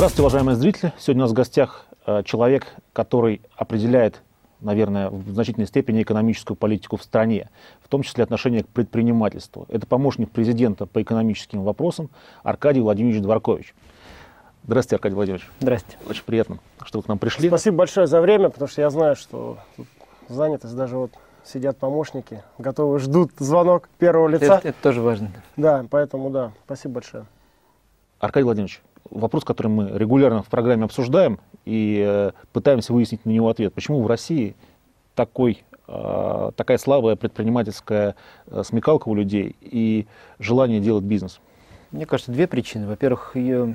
Здравствуйте, уважаемые зрители. Сегодня у нас в гостях человек, который определяет, наверное, в значительной степени экономическую политику в стране, в том числе отношение к предпринимательству. Это помощник президента по экономическим вопросам Аркадий Владимирович Дворкович. Здравствуйте, Аркадий Владимирович. Здравствуйте. Очень приятно, что вы к нам пришли. Спасибо большое за время, потому что я знаю, что тут занятость, даже вот сидят помощники, готовы, ждут звонок первого лица. Это тоже важно. Да, поэтому да, спасибо большое. Аркадий Владимирович, вопрос, который мы регулярно в программе обсуждаем и пытаемся выяснить на него ответ. Почему в России такая слабая предпринимательская смекалка у людей и желание делать бизнес? Мне кажется, две причины. Во-первых, ее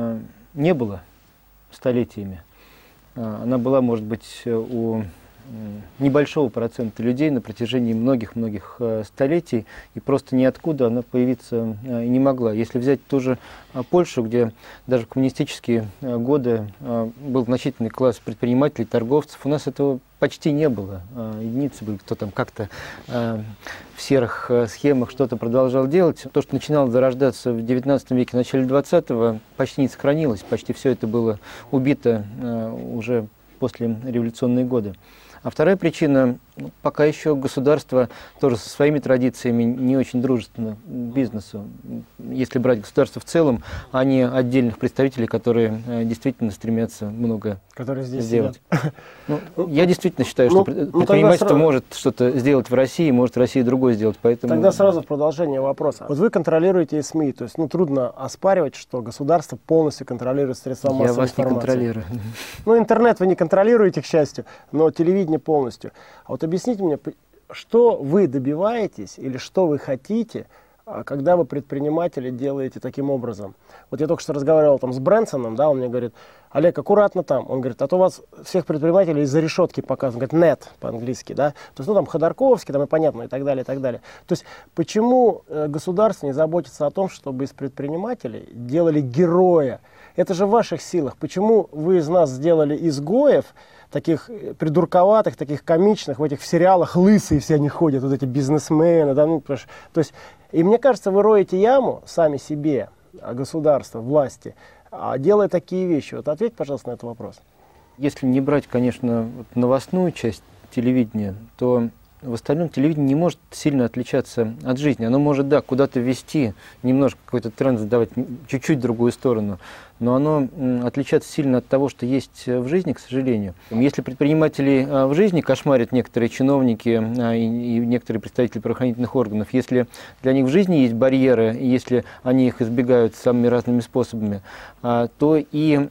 не было столетиями. Она была, может быть, у небольшого процента людей на протяжении многих-многих столетий, и просто ниоткуда она появиться и не могла. Если взять ту же Польшу, где даже в коммунистические годы был значительный класс предпринимателей, торговцев, у нас этого почти не было. Единицы были, кто там как-то в серых схемах что-то продолжал делать. То, что начинало зарождаться в XIX веке, в начале XX, почти не сохранилось. Почти все это было убито уже после революционные годы. А вторая причина, пока еще государство тоже со своими традициями не очень дружественно к бизнесу. Если брать государство в целом, а не отдельных представителей, которые действительно стремятся много сделать. Я действительно считаю, что предпринимательство может что-то сделать в России, может Россия другое сделать. Поэтому... Тогда сразу в продолжение вопроса. Вот вы контролируете СМИ, то есть трудно оспаривать, что государство полностью контролирует средства массовой информации. Я вас не контролирую. Интернет вы не контролируете, к счастью, но телевидение полностью. А вот объясните мне, что вы добиваетесь или что вы хотите, когда вы предприниматели делаете таким образом? Вот я только что разговаривал с Брэнсоном, да, он мне говорит: Олег, аккуратно там. Он говорит: а то у вас всех предпринимателей из-за решетки показывают. Он говорит, нет по-английски, да. То есть, там Ходорковский, там и понятно, и так далее, и так далее. То есть, почему государство не заботится о том, чтобы из предпринимателей делали героя? Это же в ваших силах. Почему вы из нас сделали изгоев, таких придурковатых, таких комичных, в этих сериалах лысые все они ходят, вот эти бизнесмены, да, то есть, и мне кажется, вы роете яму сами себе, государство, власти, делая такие вещи. Вот ответьте, пожалуйста, на этот вопрос. Если не брать, конечно, новостную часть телевидения, то в остальном телевидение не может сильно отличаться от жизни. Оно может, да, куда-то вести, немножко какой-то тренд задавать, чуть-чуть в другую сторону, но оно отличается сильно от того, что есть в жизни, к сожалению. Если предприниматели в жизни кошмарят некоторые чиновники и некоторые представители правоохранительных органов, если для них в жизни есть барьеры, и если они их избегают самыми разными способами, то и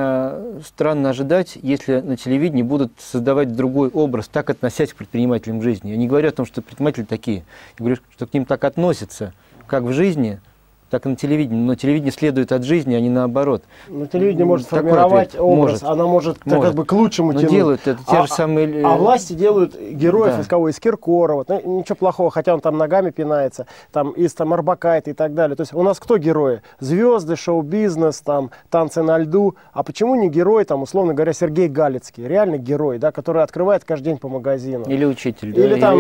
странно ожидать, если на телевидении будут создавать другой образ, так относясь к предпринимателям в жизни. Я не говорю о том, что предприниматели такие. Я говорю, что к ним так относятся, как в жизни, так и на телевидении. Но телевидение следует от жизни, а не наоборот. Но телевидение может формировать образ, оно может как бы к лучшему тянуть. Делают это те же самые... А власти делают героев, из кого? Из Киркорова. Ничего плохого, хотя он там ногами пинается, из Арбакайте и так далее. То есть у нас кто герои? Звезды, шоу-бизнес, танцы на льду. А почему не герой, условно говоря, Сергей Галицкий? Реально герой, да, который открывает каждый день по магазину. Или учитель,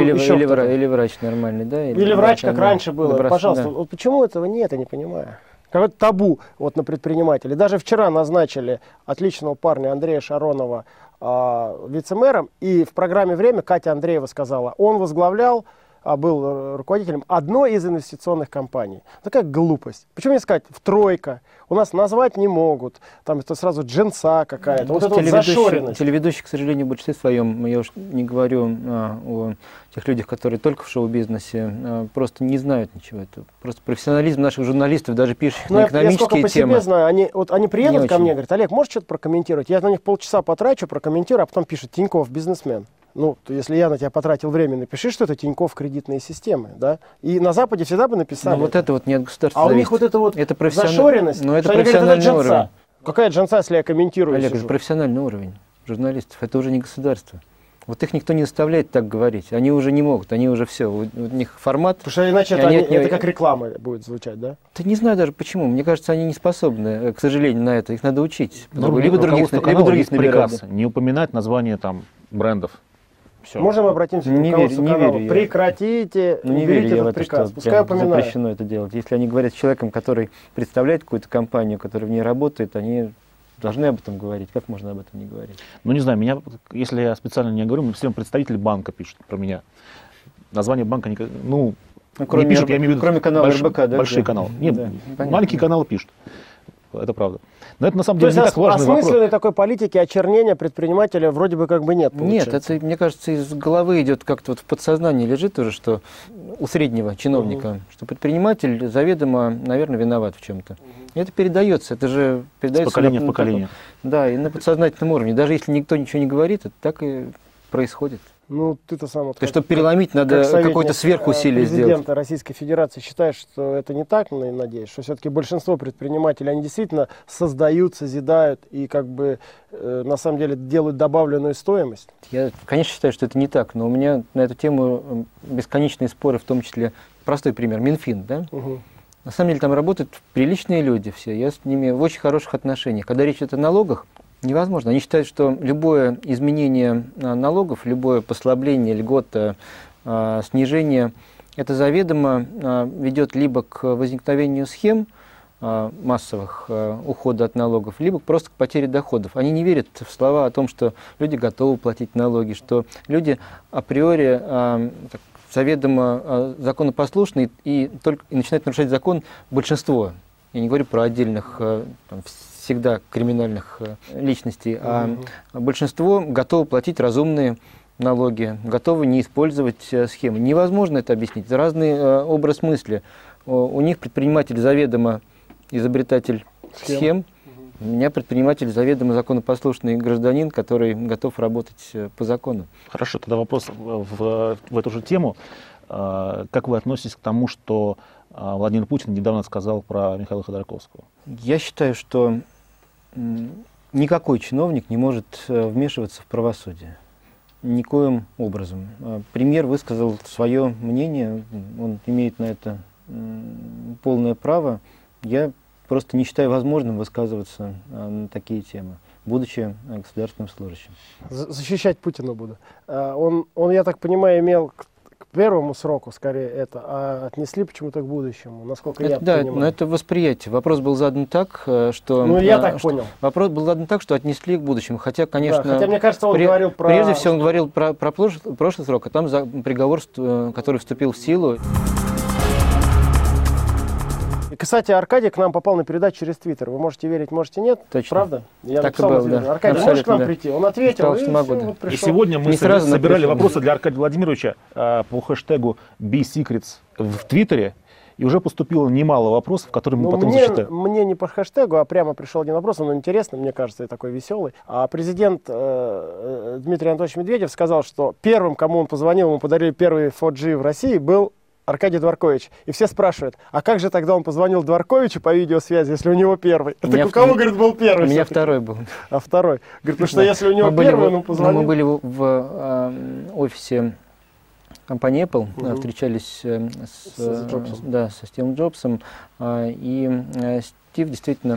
или врач нормальный, да? Или врач, как раньше было. Пожалуйста, вот почему этого нет? Не понимаю. Какое-то табу на предпринимателей. Даже вчера назначили отличного парня Андрея Шаронова вице-мэром, и в программе «Время» Катя Андреева сказала, он возглавлял, был руководителем одной из инвестиционных компаний. Такая глупость. Почему не сказать в «Тройка»? У нас назвать не могут. Там это сразу джинса какая-то. Вот это вот зашоренность. Телеведущие, к сожалению, в большинстве своем, я уж не говорю о тех людях, которые только в шоу-бизнесе, просто не знают ничего. Это просто профессионализм наших журналистов, даже пишущих на экономические темы. Я по себе знаю, они приедут ко мне, говорят: Олег, можешь что-то прокомментировать? Я на них полчаса потрачу, прокомментирую, а потом пишут: Тиньков, бизнесмен. То если я на тебя потратил время, напиши, что это Тиньков кредитные системы, да? И на Западе всегда бы написали. Но вот это вот не от государства зависит. У них вот это вот зашоренность. Но это профессиональный уровень. Какая джинса, если я комментирую? Олег, это профессиональный уровень журналистов. Это уже не государство. Вот их никто не заставляет так говорить. Они уже не могут, они уже все. У них формат. Потому что иначе это как реклама будет звучать, да? Да не знаю даже почему. Мне кажется, они не способны, к сожалению, на это. Их надо учить. Либо других приказ. Не упоминать название брендов. Все. Можем обратиться к руководству канала? Прекратите, уберите этот приказ. Пускай упоминают. Запрещено это делать. Если они говорят с человеком, который представляет какую-то компанию, который в ней работает, они должны об этом говорить. Как можно об этом не говорить? Ну, не знаю, если я специально не говорю, мне все время представители банка пишут про меня. Название банка, ну, кроме, не пишут, я имею в виду кроме канала РБК, да? Большие каналы. Нет, да, маленькие каналы пишут. Это правда. Но это на самом То деле есть не так важный вопрос. осмысленной такой политики очернения предпринимателя вроде бы как бы нет, получается. Нет, это, мне кажется, из головы идет как-то вот в подсознании лежит уже, что у среднего чиновника, что предприниматель заведомо, наверное, виноват в чем-то. И это передается, это же передается с поколения в поколение. Да, и на подсознательном уровне. Даже если никто ничего не говорит, это так и происходит. Ну, ты-то сам... Вот То есть, чтобы переломить, надо какое-то сверхусилие сделать. Президента Российской Федерации считает, что это не так, надеюсь, что все-таки большинство предпринимателей, они действительно создают, созидают и как бы на самом деле делают добавленную стоимость? Я, конечно, считаю, что это не так, но у меня на эту тему бесконечные споры, в том числе, простой пример, Минфин, да? Угу. На самом деле там работают приличные люди все, я с ними в очень хороших отношениях. Когда речь идет о налогах, невозможно. Они считают, что любое изменение налогов, любое послабление, льгота, снижение, это заведомо ведет либо к возникновению схем массовых ухода от налогов, либо просто к потере доходов. Они не верят в слова о том, что люди готовы платить налоги, что люди априори заведомо законопослушны и начинают нарушать закон большинство. Я не говорю про отдельных всегда криминальных личностей, а большинство готовы платить разумные налоги, готовы не использовать схемы. Невозможно это объяснить. Это разный образ мысли. У них предприниматель заведомо изобретатель схем. У меня предприниматель заведомо законопослушный гражданин, который готов работать по закону. Хорошо, тогда вопрос в эту же тему. Как вы относитесь к тому, что Владимир Путин недавно сказал про Михаила Ходорковского? Я считаю, что никакой чиновник не может вмешиваться в правосудие. Никоим образом. Премьер высказал свое мнение, он имеет на это полное право. Я просто не считаю возможным высказываться на такие темы, будучи государственным служащим. Защищать Путина буду. Он, я так понимаю, имел к первому сроку, скорее, это, а отнесли почему-то к будущему, насколько я понимаю. Но это восприятие. Вопрос был задан так, что... Ну, я так понял. Вопрос был задан так, что отнесли к будущему. Хотя, конечно... Да, хотя, мне кажется, он говорил про... Прежде всего, он говорил про прошлый срок, а там приговор, который вступил в силу. И, кстати, Аркадий к нам попал на передачу через Твиттер. Вы можете верить, можете нет. Точно. Правда? Я так и было, да. Аркадий, можешь к нам прийти? Он ответил, сказал, что могу, да. вот пришел. И сегодня мы сразу собирали вопросы для Аркадия Владимировича по хэштегу BeSecrets в Твиттере. И уже поступило немало вопросов, которые мы потом зачитаем. Мне не по хэштегу, а прямо пришел один вопрос, он интересный, мне кажется, и такой веселый. А президент Дмитрий Анатольевич Медведев сказал, что первым, кому он позвонил, ему подарили первый 4G в России, был Аркадий Дворкович. И все спрашивают, а как же тогда он позвонил Дворковичу по видеосвязи, если у него первый? Так у кого, говорит, был первый? У меня второй был. А второй? Говорит, потому что если у него первый, он позвонил. Мы были в офисе компании Apple, встречались со Стивом Джобсом, и Стив действительно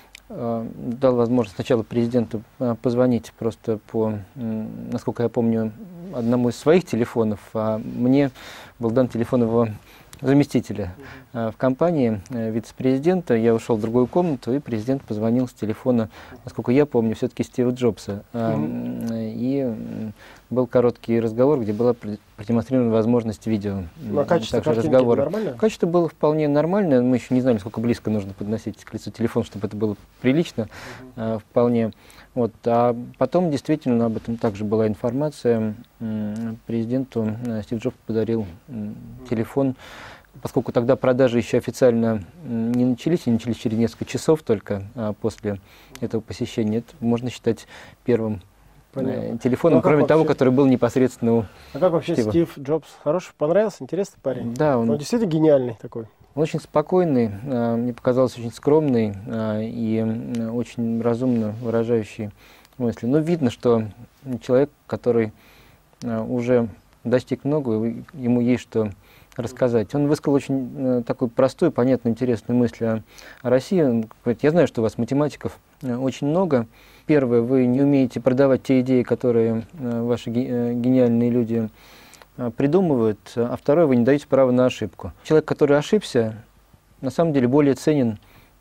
дал возможность сначала президенту позвонить просто по, насколько я помню, одному из своих телефонов, а мне был дан телефон его заместителя в компании, вице-президента. Я ушел в другую комнату, и президент позвонил с телефона, насколько я помню, все-таки Стива Джобса. И был короткий разговор, где была продемонстрирована возможность видео. Но качество разговора нормальное? Качество было вполне нормальное. Мы еще не знали, сколько близко нужно подносить к лицу телефон, чтобы это было прилично. Вполне. Вот. А потом действительно об этом также была информация. Президенту Стив Джобс подарил телефон, поскольку тогда продажи еще официально не начались, они начались через несколько часов только после этого посещения. Это можно считать первым телефоном, кроме того, который был непосредственно у А как вообще Стив Джобс? Хороший? Понравился? Интересный парень? Да. Он действительно гениальный такой. Он очень спокойный, мне показалось, очень скромный и очень разумно выражающий мысли. Но видно, что человек, который уже достиг многого, ему есть что рассказать. Он высказал очень такую простую, понятную, интересную мысль о России. Он говорит, я знаю, что у вас математиков очень много. Первое, вы не умеете продавать те идеи, которые ваши гениальные люди придумывают, а второе, вы не даете права на ошибку. Человек, который ошибся, на самом деле более ценен,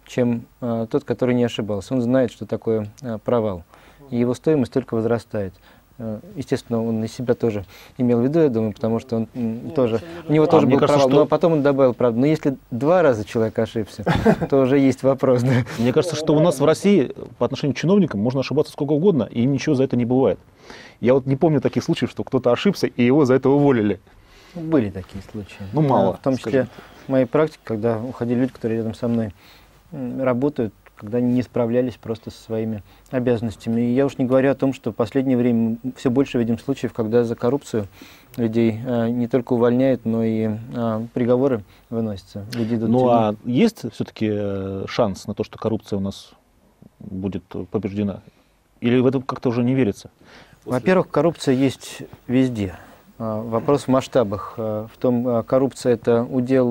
чем тот, который не ошибался. Он знает, что такое провал. И его стоимость только возрастает. Естественно, он из себя тоже имел в виду, я думаю, потому что он тоже, у него тоже был провал, но потом он добавил правду. Но если 2 раза человек ошибся, то уже есть вопрос. Да? Мне кажется, что у нас в России по отношению к чиновникам можно ошибаться сколько угодно, и ничего за это не бывает. Я вот не помню таких случаев, что кто-то ошибся, и его за это уволили. Были такие случаи. Ну, мало. В том числе в моей практике, когда уходили люди, которые рядом со мной работают, когда они не справлялись просто со своими обязанностями. И я уж не говорю о том, что в последнее время мы все больше видим случаев, когда за коррупцию людей не только увольняют, но и приговоры выносятся. Ну а есть все-таки шанс на то, что коррупция у нас будет побеждена? Или в это как-то уже не верится? Во-первых, коррупция есть везде. Вопрос в масштабах. В том, коррупция – это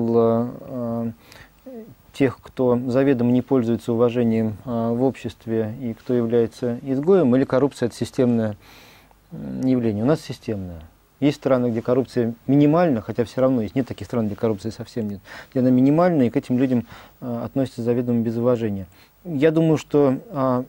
удел тех, кто заведомо не пользуется уважением в обществе и кто является изгоем, или коррупция – это системное явление. У нас системное. Есть страны, где коррупция минимальна, хотя все равно есть. Нет таких стран, где коррупции совсем нет. Где она минимальна, и к этим людям относятся заведомо без уважения. Я думаю, что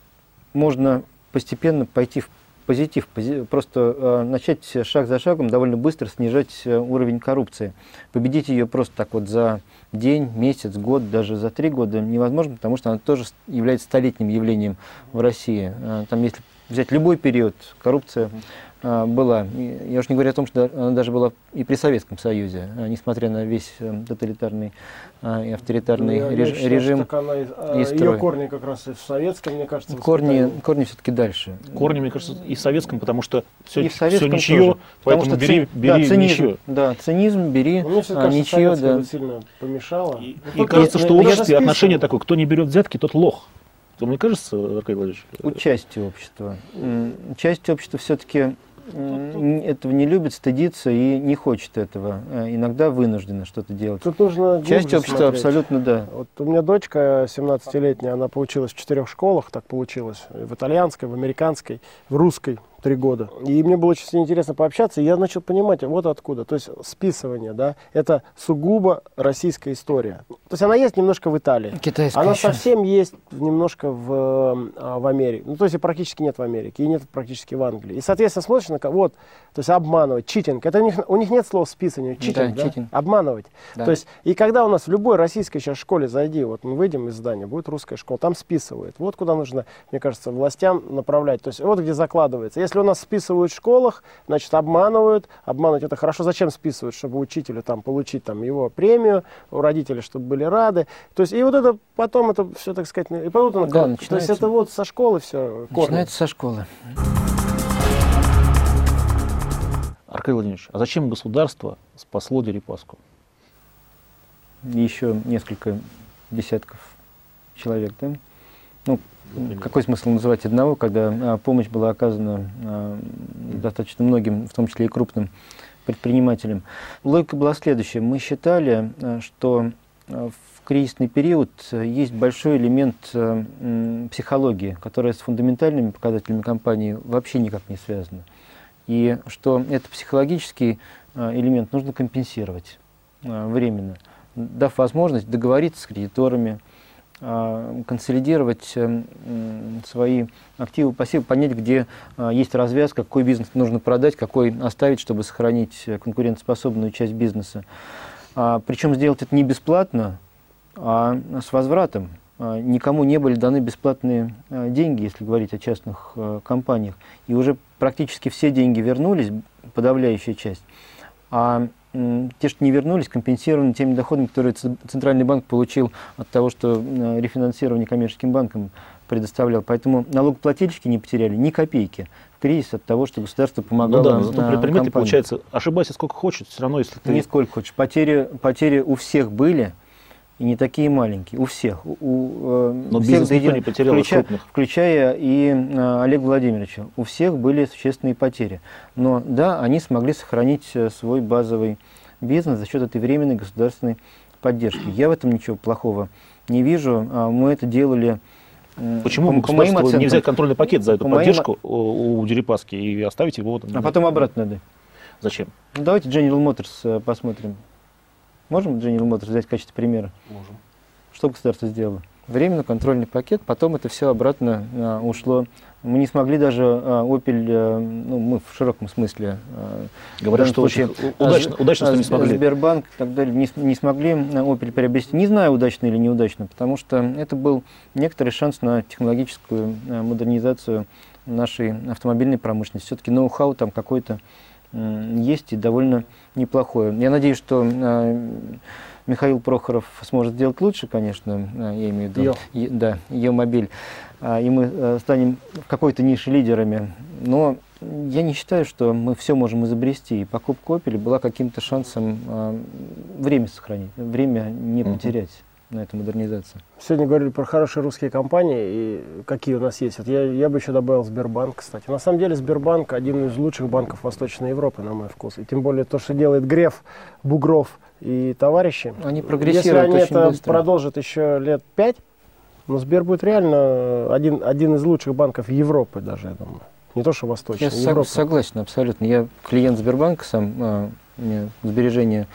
можно постепенно пойти в позитив, просто начать шаг за шагом довольно быстро снижать уровень коррупции. Победить ее просто так вот за день, месяц, год, даже за 3 года невозможно, потому что она тоже является столетним явлением в России. Там, если взять любой период, коррупция была. Я уж не говорю о том, что она даже была и при Советском Союзе, несмотря на весь тоталитарный и авторитарный режим. Ее корни как раз и в советском, мне кажется. Корни все-таки дальше. Корни, мне кажется, и в советском, потому что все ничье, тоже, поэтому бери ничье. Да, цинизм, бери ничье. Да. Сильно помешало. И кажется, что в обществе отношение такое, кто не берет взятки, тот лох. Мне кажется, Аркадий Владимирович? У части общества. Часть общества все-таки этого не любит, стыдится и не хочет этого. Иногда вынуждена что-то делать. Тут нужно часть общества смотреть. Абсолютно, да. Вот у меня дочка 17-летняя, она получилась в 4 школах, так получилось. В итальянской, в американской, в русской 3 года. И мне было очень интересно пообщаться, и я начал понимать, вот откуда. То есть списывание, да, это сугубо российская история. То есть она есть немножко в Италии. Китайская она еще. совсем есть немножко в Америке. Ну, то есть и практически нет в Америке, и нет практически в Англии. И, соответственно, смотришь на кого, вот, то есть обманывать, читинг. Это у них нет слова списывание, читинг, да? Читинг. Обманывать. Да. То есть, и когда у нас в любой российской сейчас школе зайди, вот мы выйдем из здания, будет русская школа, там списывают. Вот куда нужно, мне кажется, властям направлять. То есть вот где закладывается. Если у нас списывают в школах, значит обманывают. Обманывать это хорошо. Зачем списывают? Чтобы учителю там получить там его премию, у родителей, чтобы были рады. То есть и вот это потом это все, так сказать, и потом да, то есть это вот со школы все. Начинается со школы. Аркадий Владимирович, а зачем государство спасло Дерипаску? Еще несколько десятков человек, да? Ну, какой смысл называть одного, когда помощь была оказана достаточно многим, в том числе и крупным предпринимателям. Логика была следующая. Мы считали, что в кризисный период есть большой элемент психологии, которая с фундаментальными показателями компании вообще никак не связана. И что этот психологический элемент нужно компенсировать временно, дав возможность договориться с кредиторами, консолидировать свои активы, пассивы, понять, где есть развязка, какой бизнес нужно продать, какой оставить, чтобы сохранить конкурентоспособную часть бизнеса. Причем сделать это не бесплатно, а с возвратом. Никому не были даны бесплатные деньги, если говорить о частных компаниях. И уже практически все деньги вернулись, подавляющая часть. А те, что не вернулись, компенсированы теми доходами, которые Центральный банк получил от того, что рефинансирование коммерческим банкам предоставлял. Поэтому налогоплательщики не потеряли ни копейки в кризис от того, что государство помогало. Ну да, зато предприниматель, получается, ошибайся сколько хочешь, все равно, если ты... Не сколько хочешь. Потери у всех были, и не такие маленькие, у всех. Но бизнес никто не потерял из крупных. Включая и Олега Владимировича. У всех были существенные потери. Но да, они смогли сохранить свой базовый бизнес за счет этой временной государственной поддержки. Я в этом ничего плохого не вижу. Мы это делали... Почему государство не взять контрольный пакет за эту поддержку у Дерипаски и оставить его... А потом обратно надо. Зачем? Ну, давайте General Motors посмотрим. Можем General Motors взять в качестве примера? Можем. Что государство сделало? Временно контрольный пакет, потом это все обратно ушло. Мы не смогли даже Opel, ну, мы в широком смысле, говорят, что очень удачно, что не смогли. Сбербанк и так далее, не смогли Opel приобрести. Не знаю, удачно или неудачно, потому что это был некоторый шанс на технологическую модернизацию нашей автомобильной промышленности. Все-таки ноу-хау там какой-то есть и довольно неплохое. Я надеюсь, что Михаил Прохоров сможет сделать лучше, конечно, я имею в виду, да, Е-мобиль, и мы станем в какой-то нише лидерами. Но я не считаю, что мы все можем изобрести. И покупка Opel была каким-то шансом время сохранить, время не потерять на эту модернизацию. Сегодня говорили про хорошие русские компании, и какие у нас есть. Вот я бы еще добавил Сбербанк, кстати. На самом деле Сбербанк один из лучших банков Восточной Европы, на мой вкус. И тем более то, что делает Греф, Бугров и товарищи. Они прогрессируют очень Если они это быстро. продолжат еще лет 5, но Сбер будет реально один из лучших банков Европы даже, я думаю. Не то, что Восточной Европы. Я согласен абсолютно. Я клиент Сбербанка сам, у меня сбережения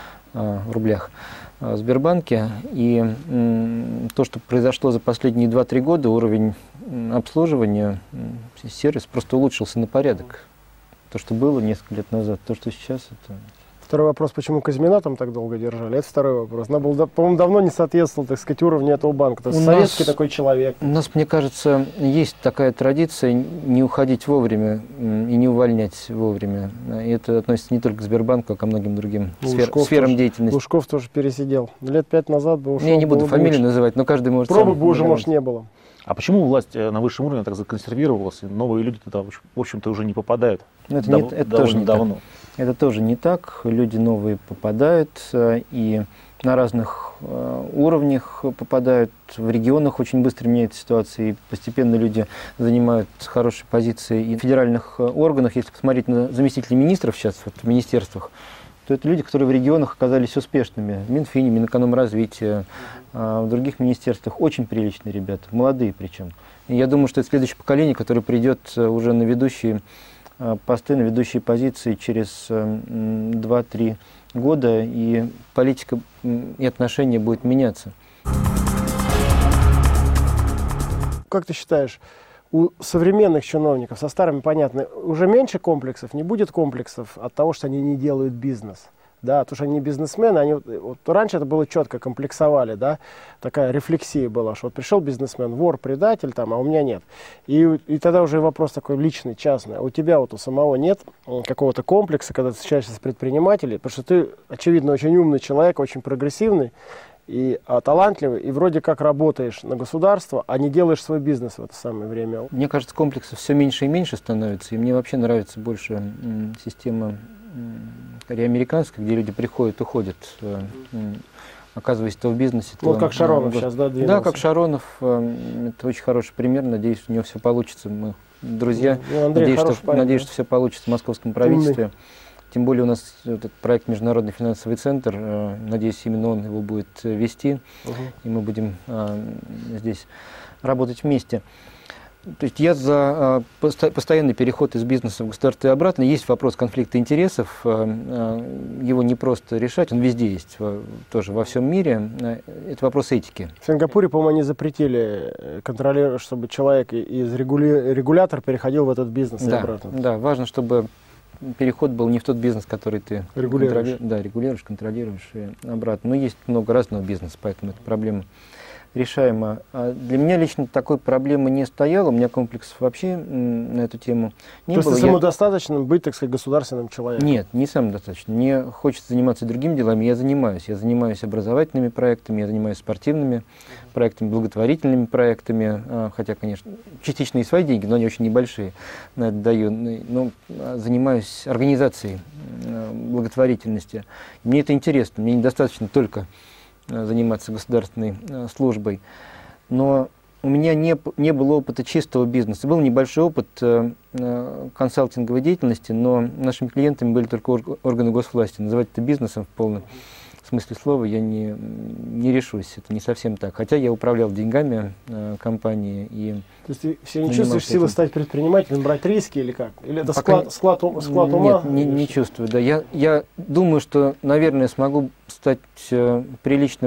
в рублях в Сбербанке, и то, что произошло за последние 2-3 года, уровень обслуживания, сервис просто улучшился на порядок. То, что было несколько лет назад, то, что сейчас, это... Второй вопрос, почему Казьмина там так долго держали, это второй вопрос. Она, по-моему, давно не соответствовала, так сказать, уровню этого банка. То есть советский такой человек. У нас, мне кажется, есть такая традиция не уходить вовремя и не увольнять вовремя. И это относится не только к Сбербанку, а ко многим другим сферам деятельности. Лужков тоже пересидел. Лет 5 назад бы ушел. Я не буду фамилию называть, но каждый может... Пробы бы уже, может, не было. А почему власть на высшем уровне так законсервировалась, и новые люди туда, в общем-то, уже не попадают? Это тоже не давно. Это тоже не так. Люди новые попадают и на разных уровнях попадают. В регионах очень быстро меняется ситуация, и постепенно люди занимают хорошие позиции и в федеральных органах. Если посмотреть на заместителей министров сейчас вот, в министерствах, то это люди, которые в регионах оказались успешными. В Минфине, Минэкономразвития, в других министерствах очень приличные ребята, молодые причем. И я думаю, что это следующее поколение, которое придет уже на ведущие посты, на ведущие позиции через 2-3 года, и политика и отношения будут меняться. Как ты считаешь, у современных чиновников, со старыми, понятно, уже меньше комплексов, не будет комплексов от того, что они не делают бизнес? Да, потому что они не бизнесмены, они вот раньше это было четко, комплексовали, да, такая рефлексия была, что вот пришел бизнесмен, вор, предатель, там, а у меня нет. И тогда уже вопрос такой личный, частный. А у тебя вот у самого нет какого-то комплекса, когда ты встречаешься с предпринимателем, потому что ты, очевидно, очень умный человек, очень прогрессивный и талантливый, и вроде как работаешь на государство, а не делаешь свой бизнес в это самое время. Мне кажется, комплексов все меньше и меньше становится, и мне вообще нравится больше система скорее американская, где люди приходят, уходят, оказываясь то в бизнесе, то... Вот как Шаронов сейчас, да, двинулся? Да, как Шаронов. Это очень хороший пример. Надеюсь, у него все получится. Мы друзья. Надеюсь, что все получится в московском правительстве. Умный. Тем более у нас этот проект «Международный финансовый центр». Надеюсь, именно он его будет вести. И мы будем здесь работать вместе. То есть я за постоянный переход из бизнеса в государство и обратно. Есть вопрос конфликта интересов, его не просто решать, он везде есть, тоже во всем мире. Это вопрос этики. В Сингапуре, по-моему, они запретили контролировать, чтобы человек из регулятор переходил в этот бизнес и обратно. Да, важно, чтобы переход был не в тот бизнес, который ты регулируешь, контролируешь и обратно. Но есть много разного бизнеса, поэтому эта проблема решаемо. Для меня лично такой проблемы не стояло, у меня комплексов вообще на эту тему не было. То есть самодостаточным быть, так сказать, государственным человеком? Нет, не самодостаточным. Мне хочется заниматься другими делами, я занимаюсь. Я занимаюсь образовательными проектами, я занимаюсь спортивными проектами, благотворительными проектами, хотя, конечно, частично и свои деньги, но они очень небольшие на это даю. Но занимаюсь организацией благотворительности. Мне это интересно, мне недостаточно только заниматься государственной службой. Но у меня не было опыта чистого бизнеса. Был небольшой опыт консалтинговой деятельности, но нашими клиентами были только органы госвласти. Называть это бизнесом в полном смысле слова я не решусь. Это не совсем так. Хотя я управлял деньгами компании. И то есть ты все не чувствуешь силы стать предпринимателем, брать риски или как? Или это склад ума? Нет, не чувствую. Да. Я думаю, что, наверное, смогу стать приличным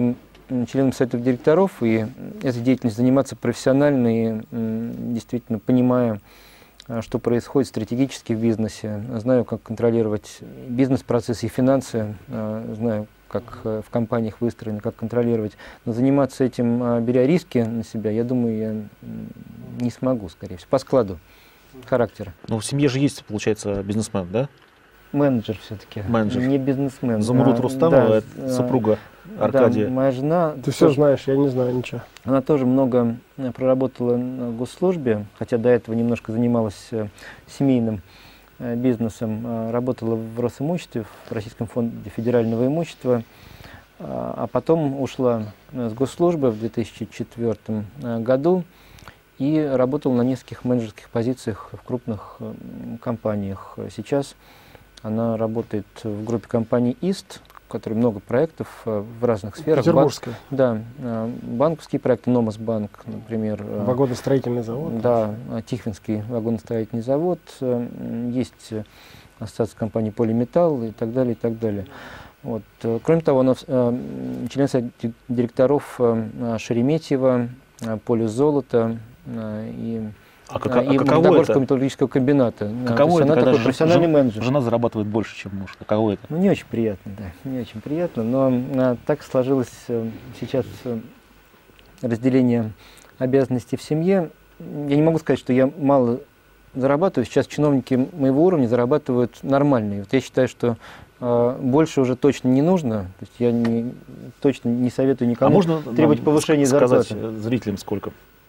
членом советов директоров и этой деятельностью заниматься профессионально и действительно понимая, что происходит стратегически в бизнесе. Знаю, как контролировать бизнес-процессы и финансы, знаю, как в компаниях выстроены, как контролировать. Но заниматься этим, беря риски на себя, я думаю, я не смогу, скорее всего, по складу характера. Но в семье же есть, получается, бизнесмен, да? Менеджер все-таки, Менеджер. не бизнесмен. Замурут Рустамова, это супруга Аркадия. Да, моя жена... Ты все знаешь, я не знаю ничего. Она тоже много проработала на госслужбе, хотя до этого немножко занималась семейным бизнесом. Работала в Росимуществе, в Российском фонде федерального имущества, а потом ушла с госслужбы в 2004 году и работала на нескольких менеджерских позициях в крупных компаниях. Сейчас она работает в группе компаний ИСТ, в которой много проектов в разных сферах. Петербургская. Да, банковские проекты, Номас банк, например. Вагоностроительный завод. Да, Тихвинский вагоностроительный завод. Есть ассоциация компаний Полиметалл и так далее, и так далее. Вот. Кроме того, она член совета директоров Шереметьево, Полюс золота и Магнитогорского металлургического комбината. Каково это, она когда такой профессиональный менеджер. Жена зарабатывает больше, чем муж? Каково это? Ну, не очень приятно, да, не очень приятно, но так сложилось сейчас разделение обязанностей в семье. Я не могу сказать, что я мало зарабатываю. Сейчас чиновники моего уровня зарабатывают нормально. И вот я считаю, что больше уже точно не нужно. То есть я точно не советую никому требовать повышения зарплаты. Сказать зрителям сколько?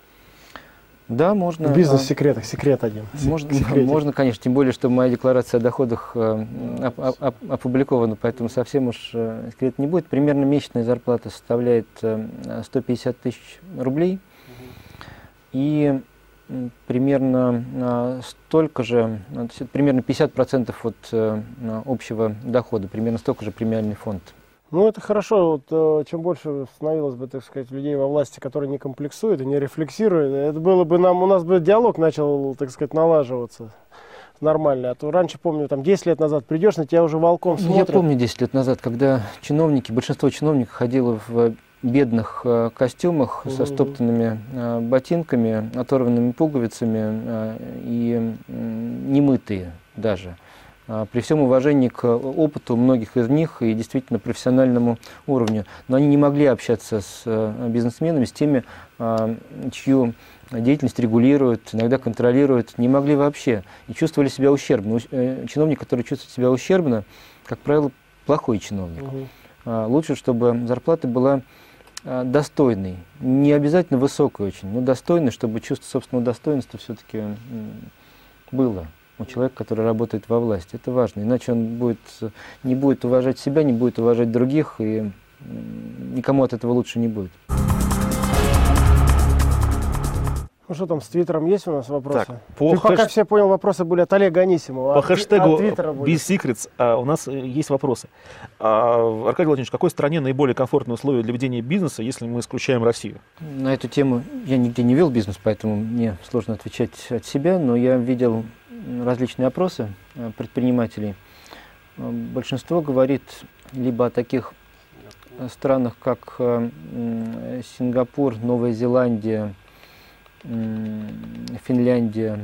Да, можно. В бизнес-секретах, секрет один. Можно, конечно, тем более, что моя декларация о доходах опубликована, поэтому совсем уж секрет не будет. Примерно месячная зарплата составляет 150 тысяч рублей. И примерно столько же, примерно 50% от общего дохода, примерно столько же премиальный фонд. Ну, это хорошо. Вот, чем больше становилось бы, так сказать, людей во власти, которые не комплексуют и не рефлексируют, это было бы у нас бы диалог начал, так сказать, налаживаться нормально. А то раньше, помню, там 10 лет назад придешь, на тебя уже волком смотрят. Я помню 10 лет назад, когда большинство чиновников ходило в бедных костюмах со стоптанными ботинками, оторванными пуговицами и немытые даже. При всем уважении к опыту многих из них и действительно профессиональному уровню. Но они не могли общаться с бизнесменами, с теми, чью деятельность регулируют, иногда контролируют, не могли вообще. И чувствовали себя ущербно. Чиновник, который чувствует себя ущербно, как правило, плохой чиновник. Лучше, чтобы зарплата была достойной. Не обязательно высокой очень, но достойной, чтобы чувство собственного достоинства все-таки было у человека, который работает во власти. Это важно. Иначе он не будет уважать себя, не будет уважать других, и никому от этого лучше не будет. Ну что там, с Твиттером есть у нас вопросы? Так, пока все понял, вопросы были от Олега Анисимова. По хэштегу BizSecrets у нас есть вопросы. Аркадий Владимирович, в какой стране наиболее комфортные условия для ведения бизнеса, если мы исключаем Россию? На эту тему я нигде не вел бизнес, поэтому мне сложно отвечать от себя, но я видел различные опросы предпринимателей. Большинство говорит либо о таких странах, как Сингапур, Новая Зеландия, Финляндия.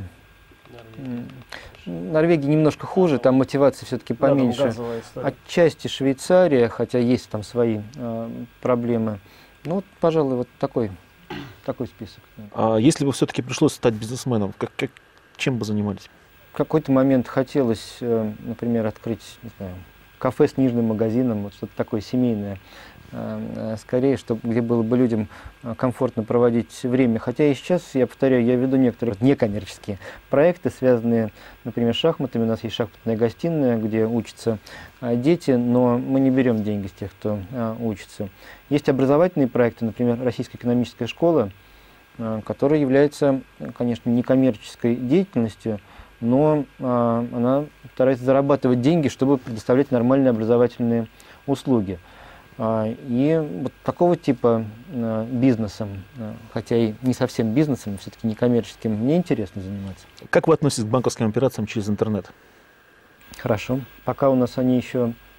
Норвегия немножко хуже, там мотивация все-таки поменьше. Отчасти Швейцария, хотя есть там свои проблемы. Ну, вот, пожалуй, вот такой список. Если бы все-таки пришлось стать бизнесменом, чем бы занимались? В какой-то момент хотелось, например, открыть, не знаю, кафе с книжным магазином, вот что-то такое семейное. Скорее, где было бы людям комфортно проводить время. Хотя и сейчас, я повторяю, я веду некоторые некоммерческие проекты, связанные, например, с шахматами. У нас есть шахматная гостиная, где учатся дети, но мы не берем деньги с тех, кто учится. Есть образовательные проекты, например, Российская экономическая школа, которая является, конечно, некоммерческой деятельностью, но она старается зарабатывать деньги, чтобы предоставлять нормальные образовательные услуги. И вот такого типа бизнесом, хотя и не совсем бизнесом, все-таки некоммерческим, мне интересно заниматься. Как вы относитесь к банковским операциям через интернет? Хорошо. Пока у нас они еще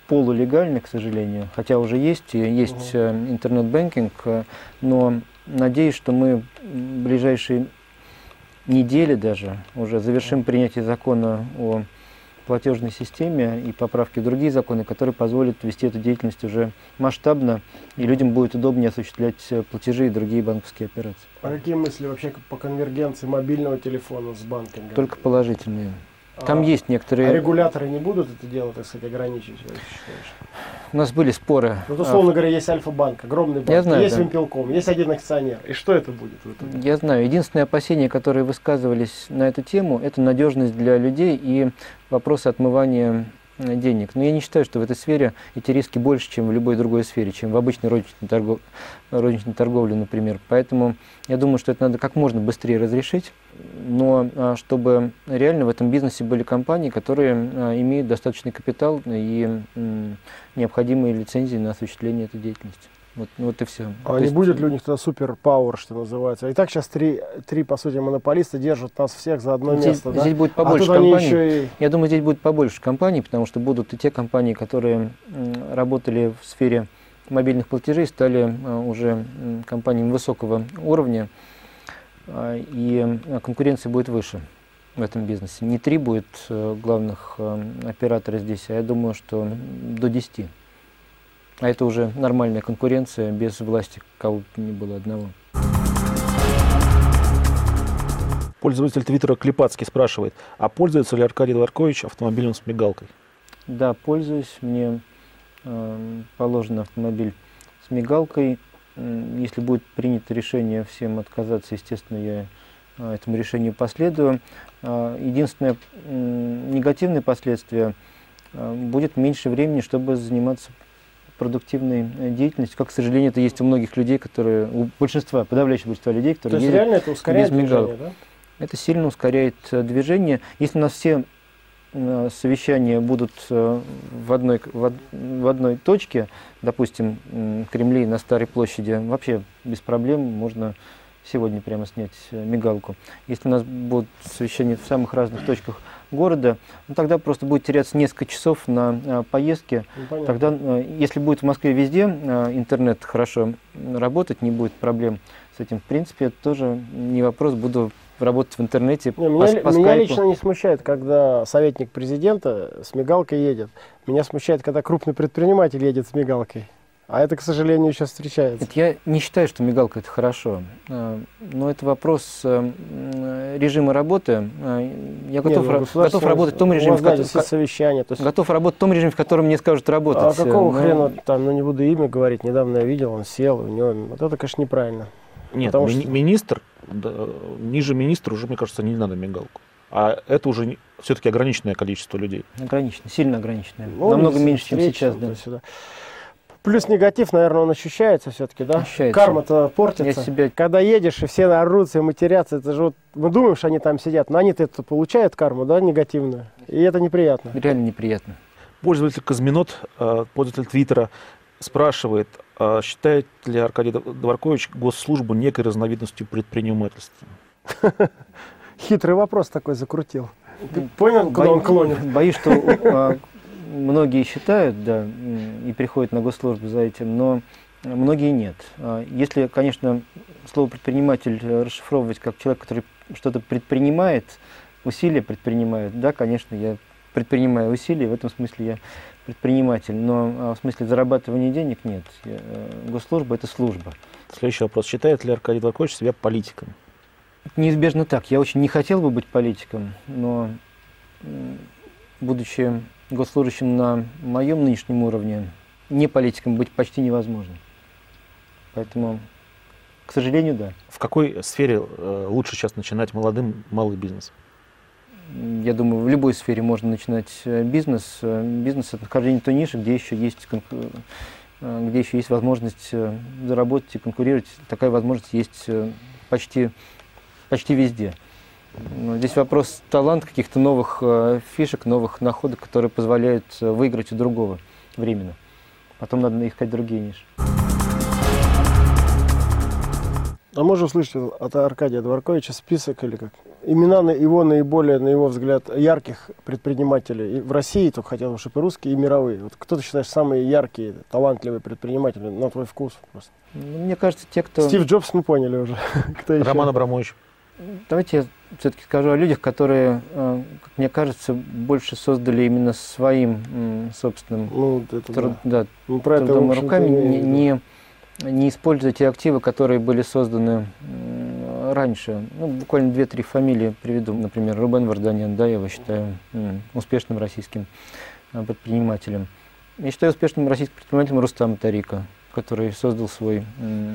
полулегальный, к сожалению, хотя уже есть интернет-бэнкинг, но надеюсь, что мы в ближайшие недели даже уже завершим принятие закона о платежной системе и поправки в другие законы, которые позволят вести эту деятельность уже масштабно, и людям будет удобнее осуществлять платежи и другие банковские операции. А какие мысли вообще по конвергенции мобильного телефона с банкингом? Только положительные. Там есть некоторые... А регуляторы не будут это дело, так сказать, ограничивать, считаешь? У нас были споры. Вот, условно говоря, есть Альфа-банк, огромный банк, Я знаю, есть да. Вимпелком, есть один акционер. И что это будет в итоге? Я знаю. Единственное опасение, которые высказывались на эту тему, это надежность для людей и вопросы отмывания денег. Но я не считаю, что в этой сфере эти риски больше, чем в любой другой сфере, чем в обычной розничной торговле, например. Поэтому я думаю, что это надо как можно быстрее разрешить, но чтобы реально в этом бизнесе были компании, которые имеют достаточный капитал и необходимые лицензии на осуществление этой деятельности. Вот и все. А не будет ли у них тогда суперпауэр, что называется? И так сейчас три, по сути, монополиста держат нас всех за одно место, да? Здесь будет побольше а компаний. Еще и... Я думаю, здесь будет побольше компаний, потому что будут и те компании, которые работали в сфере мобильных платежей, стали уже компаниями высокого уровня, и конкуренция будет выше в этом бизнесе. Не 3 будет главных оператора здесь, а я думаю, что до 10. А это уже нормальная конкуренция, без власти кого-то не было одного. Пользователь Твиттера Клепацкий спрашивает, а пользуется ли Аркадий Дворкович автомобилем с мигалкой? Да, пользуюсь. Мне положен автомобиль с мигалкой. Если будет принято решение всем отказаться, естественно, я этому решению последую. Единственное негативное последствие будет меньше времени, чтобы заниматься продуктивной деятельностью, как, к сожалению, это есть у многих людей, которые, у большинства, подавляющего большинства людей, которые ездят реально это ускоряет без мигалок. Движение, да? Это сильно ускоряет движение. Если у нас все совещания будут в одной точке, допустим, в Кремле на Старой площади, вообще без проблем можно сегодня прямо снять мигалку. Если у нас будут совещания в самых разных точках города, тогда просто будет теряться несколько часов на поездке. Тогда, если будет в Москве везде интернет хорошо работать, не будет проблем с этим. В принципе, это тоже не вопрос, буду работать в интернете по меня лично не смущает, когда советник президента с мигалкой едет. Меня смущает, когда крупный предприниматель едет с мигалкой. А это, к сожалению, еще встречается. Я не считаю, что мигалка – это хорошо. Но это вопрос режима работы. Я готов работать в том режиме, готов работать в том режиме, в котором мне скажут работать. А какого хрена, там, не буду имя говорить, недавно я видел, он сел, у него, вот это, конечно, неправильно. Нет, министр, ниже министра уже, мне кажется, не надо мигалку. А это уже все-таки ограниченное количество людей. Ограниченное, сильно ограниченное. Намного меньше, чем сейчас. Да. Плюс негатив, наверное, он ощущается все-таки, да? Ощущается. Карма-то портится. Когда едешь, и все наорутся и матерятся, это же вот, мы думаем, что они там сидят, но они-то это получают карму, да, негативную. И это неприятно. Реально неприятно. Пользователь Казминот, пользователь Твиттера, спрашивает, считает ли Аркадий Дворкович госслужбу некой разновидностью предпринимательства? Хитрый вопрос такой закрутил. Ты понял, куда он клонит? Боюсь, что многие считают, да, и приходят на госслужбу за этим, но многие нет. Если, конечно, слово «предприниматель» расшифровывать как человек, который что-то предпринимает, усилия предпринимает, да, конечно, я предпринимаю усилия, в этом смысле я предприниматель, но в смысле зарабатывания денег нет. Госслужба – это служба. Следующий вопрос. Считает ли Аркадий Дворкович себя политиком? Неизбежно так. Я очень не хотел бы быть политиком, но, будучи госслужащим на моем нынешнем уровне, не политиком быть почти невозможно. Поэтому, к сожалению, да. В какой сфере лучше сейчас начинать молодым малый бизнес? Я думаю, в любой сфере можно начинать бизнес. Бизнес – это нахождение той ниши, где еще есть возможность заработать и конкурировать. Такая возможность есть почти везде. Но здесь вопрос таланта, каких-то новых фишек, новых находок, которые позволяют выиграть у другого временно. Потом надо искать другие ниши. А можно услышать от Аркадия Дворковича список или как? Имена его наиболее, на его взгляд, ярких предпринимателей и в России, только хотел, чтобы и русские, и мировые. Вот кто ты считаешь самые яркие, талантливые предприниматели, на твой вкус просто? Мне кажется, те, кто... Стив Джобс, мы поняли уже. Кто еще? Роман Абрамович. Давайте я все-таки скажу о людях, которые, как мне кажется, больше создали именно своим собственным Ну, это да. Ну, про это, трудом в и общем-то, руками, не используя те активы, которые были созданы раньше. Ну, буквально 2-3 фамилии приведу. Например, Рубен Варданян, да, я его считаю успешным российским предпринимателем. Я считаю успешным российским предпринимателем Рустама Тарика, который создал свой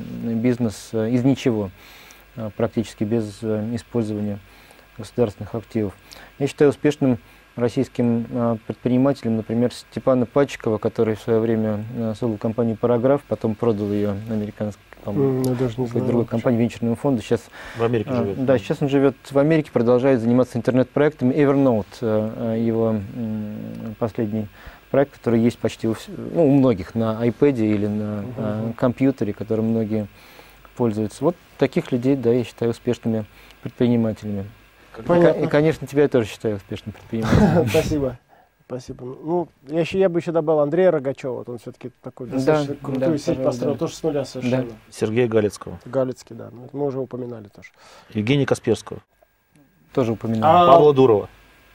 бизнес из ничего, практически без использования государственных активов. Я считаю успешным российским предпринимателем, например, Степана Пачкова, который в свое время создал компанию «Параграф», потом продал ее американской, другой компании, венчурному фонду. Сейчас в Америке живет. Да, сейчас он живет в Америке, продолжает заниматься интернет-проектами. Evernote, его последний проект, который есть почти у многих на iPad или на компьютере, которым многие пользуются. Вот таких людей, да, я считаю успешными предпринимателями. Понятно. И, конечно, тебя я тоже считаю успешным предпринимателем. Спасибо. Спасибо. Ну, я бы еще добавил Андрея Рогачева. Вот он все-таки такой достаточно крутую сеть построил, тоже с нуля совершенно. Да. Сергея Галицкого. Галицкий, да. Мы уже упоминали тоже. Евгения Касперского. Тоже упоминал. Павла Дурова.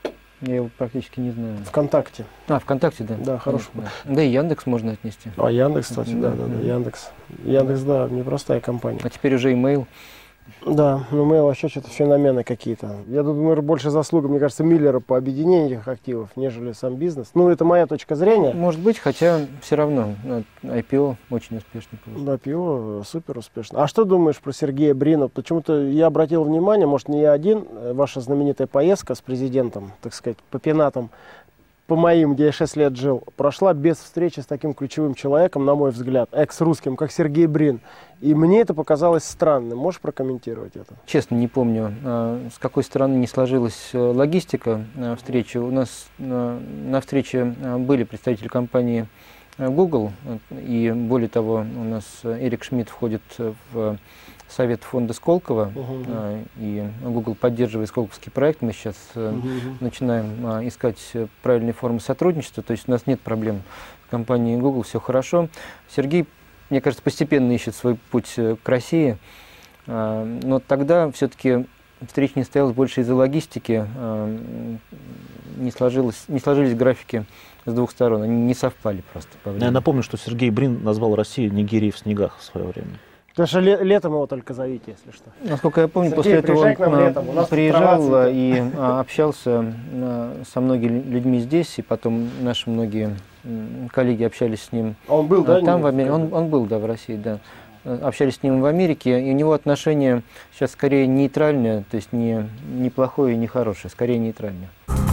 Я его практически не знаю. ВКонтакте. ВКонтакте, да. Да, хорошо. Да и Яндекс можно отнести. Яндекс, кстати, да. Яндекс. Яндекс, да, непростая компания. А теперь уже имейл. Да, но мы вообще что-то феномены какие-то. Я думаю, больше заслуга, мне кажется, Миллера по объединению этих активов, нежели сам бизнес. Ну, это моя точка зрения. Может быть, хотя все равно IPO очень успешно получилось. Да, IPO супер успешно. А что думаешь про Сергея Брина? Почему-то я обратил внимание, может, не я один, ваша знаменитая поездка с президентом, так сказать, по пенатам, по моим, где я 6 лет жил, прошла без встречи с таким ключевым человеком, на мой взгляд, экс-русским, как Сергей Брин. И мне это показалось странным. Можешь прокомментировать это? Честно, не помню, с какой стороны не сложилась логистика встречи. У нас на встрече были представители компании Google, и более того, у нас Эрик Шмидт входит в совет фонда Сколково, и Google поддерживает сколковский проект. Мы сейчас начинаем искать правильные формы сотрудничества, то есть у нас нет проблем в компании Google, все хорошо. Сергей, мне кажется, постепенно ищет свой путь к России, но тогда все-таки встреча не состоялась больше из-за логистики, не сложились графики с двух сторон, они не совпали просто по времени. Я напомню, что Сергей Брин назвал Россию Нигерией в снегах в свое время. Потому что летом его только зовите, если что. Насколько я помню, Сергей, после этого он приезжал и общался со многими людьми здесь, и потом наши многие коллеги общались с ним. Он был, да? Там, в Америке. Он был, да, в России, да. Общались с ним в Америке, и у него отношение сейчас скорее нейтральное, то есть не плохое и не хорошее, скорее нейтральное.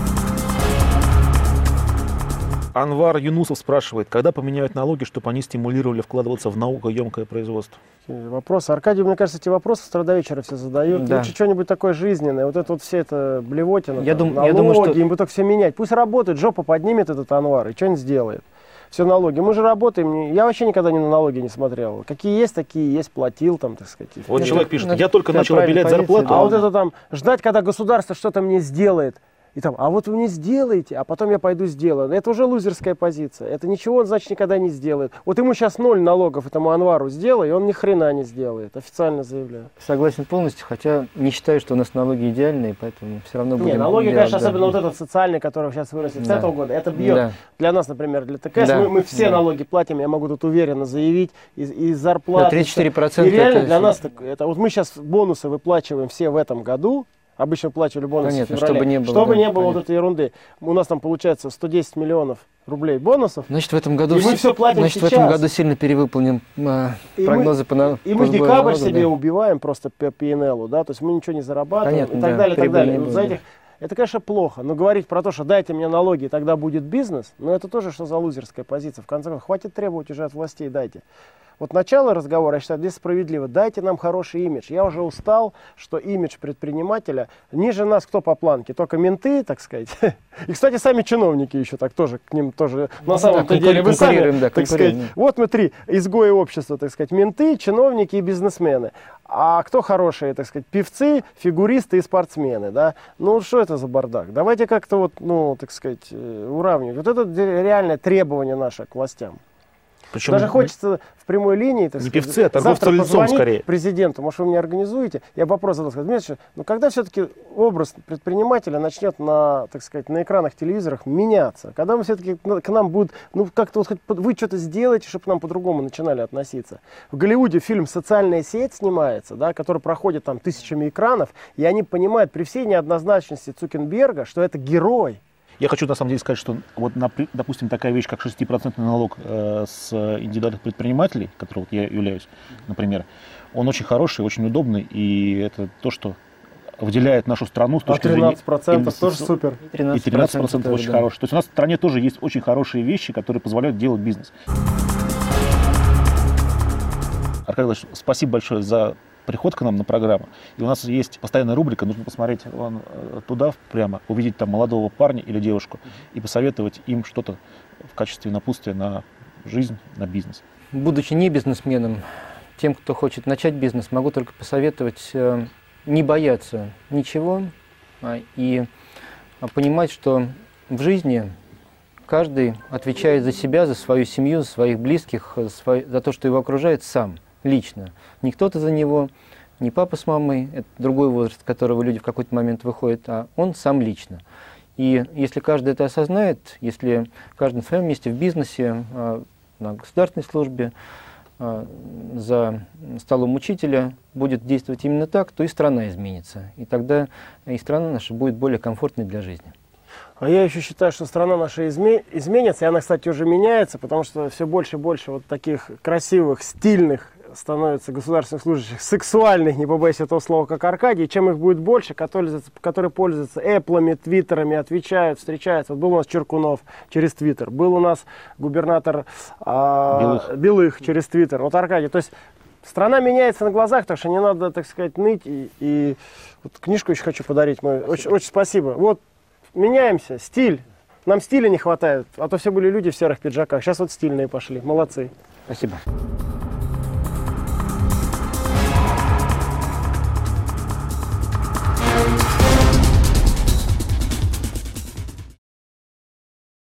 Анвар Юнусов спрашивает, когда поменяют налоги, чтобы они стимулировали вкладываться в наукоемкое производство? Вопрос. Аркадий, мне кажется, эти вопросы с утра до вечера все задают. Да. Лучше что-нибудь такое жизненное. Вот это вот все это блевотина, налоги, что... им бы только все менять. Пусть работает, жопу поднимет этот Анвар и что-нибудь сделает. Все налоги. Мы же работаем. Я вообще никогда на налоги не смотрел. Какие есть, такие есть, платил там, так сказать. Вот человек пишет, я только начал обелять зарплату. А вот это там, ждать, когда государство что-то мне сделает. И там, а вот вы не сделаете, а потом я пойду сделаю. Это уже лузерская позиция. Это ничего он, значит, никогда не сделает. Вот ему сейчас 0 налогов этому Анвару сделай, и он ни хрена не сделает. Официально заявляю. Согласен полностью, хотя не считаю, что у нас налоги идеальные, поэтому все равно будем... Не, налоги, конечно, особенно вот этот социальный, который сейчас вырастет с этого года, это бьет. Да. Для нас, например, для ТКС, мы все налоги платим, я могу тут уверенно заявить, из зарплаты. 34%. И реально для нас, это вот мы сейчас бонусы выплачиваем все в этом году. Обычно выплачивали бонусы Конечно, в феврале. чтобы не было вот этой ерунды. У нас там получается 110 миллионов рублей бонусов. Значит, в этом году, и мы все платим в этом году сильно перевыполним прогнозы по налогам. И мы декабрь себе убиваем просто по PNL, да, то есть мы ничего не зарабатываем. Понятно, и так далее, и так далее. Вот это, конечно, плохо, но говорить про то, что дайте мне налоги, и тогда будет бизнес, но это тоже что за лузерская позиция. В конце концов, хватит требовать уже от властей, дайте. Вот начало разговора, я считаю, здесь справедливо. Дайте нам хороший имидж. Я уже устал, что имидж предпринимателя ниже нас кто по планке? Только менты, так сказать. И, кстати, сами чиновники еще так тоже, к ним тоже на самом-то деле. Вы сами, так сказать, вот мы 3 изгои общества, так сказать, менты, чиновники и бизнесмены. А кто хорошие, так сказать, певцы, фигуристы и спортсмены, да? Ну, что это за бардак? Давайте как-то вот, ну, так сказать, уравнивать. Вот это реальное требование наше к властям. Причем даже хочется в прямой линии, так не сказать, певцы, а торговцы лицом скорее. Президенту, может, вы мне организуете? Я вопрос задал, Дмитрий, ну когда все-таки образ предпринимателя начнет на, так сказать, на экранах телевизорах меняться? Когда мы все-таки к нам будут, ну как-то вот хоть вы что-то сделаете, чтобы к нам по-другому начинали относиться? В Голливуде фильм «Социальная сеть» снимается, да, который проходит там тысячами экранов, и они понимают при всей неоднозначности Цукерберга, что это герой. Я хочу на самом деле сказать, что вот, допустим, такая вещь, как 6% налог с индивидуальных предпринимателей, которым вот я являюсь, например, он очень хороший, очень удобный, и это то, что выделяет нашу страну с точки зрения... 13% тоже супер. И 13% очень хороший. То есть у нас в стране тоже есть очень хорошие вещи, которые позволяют делать бизнес. Аркадий Владимирович, спасибо большое за приход к нам на программу. И у нас есть постоянная рубрика, нужно посмотреть вон туда прямо, увидеть там молодого парня или девушку и посоветовать им что-то в качестве напутствия на жизнь, на бизнес. Будучи не бизнесменом, тем, кто хочет начать бизнес, могу только посоветовать не бояться ничего и понимать, что в жизни каждый отвечает за себя, за свою семью, за своих близких, за то, что его окружает, сам. Лично. Не кто-то за него, не папа с мамой, это другой возраст, которого люди в какой-то момент выходят, а он сам лично. И если каждый это осознает, если каждый на своем месте в бизнесе, на государственной службе, за столом учителя будет действовать именно так, то и страна изменится. И тогда и страна наша будет более комфортной для жизни. А я еще считаю, что страна наша изменится, и она, кстати, уже меняется, потому что все больше и больше вот таких красивых, стильных становится государственных служащих, сексуальных, не побоюсь этого слова, как Аркадий, и чем их будет больше, которые пользуются Эпплами, Твиттерами, отвечают, встречаются. Вот был у нас Черкунов через Твиттер, был у нас губернатор Белых через Твиттер. Вот Аркадий, то есть страна меняется на глазах, так что не надо, так сказать, ныть. И вот книжку еще хочу подарить. Очень спасибо. Вот меняемся, стиль. Нам стиля не хватает, а то все были люди в серых пиджаках. Сейчас вот стильные пошли. Молодцы. Спасибо.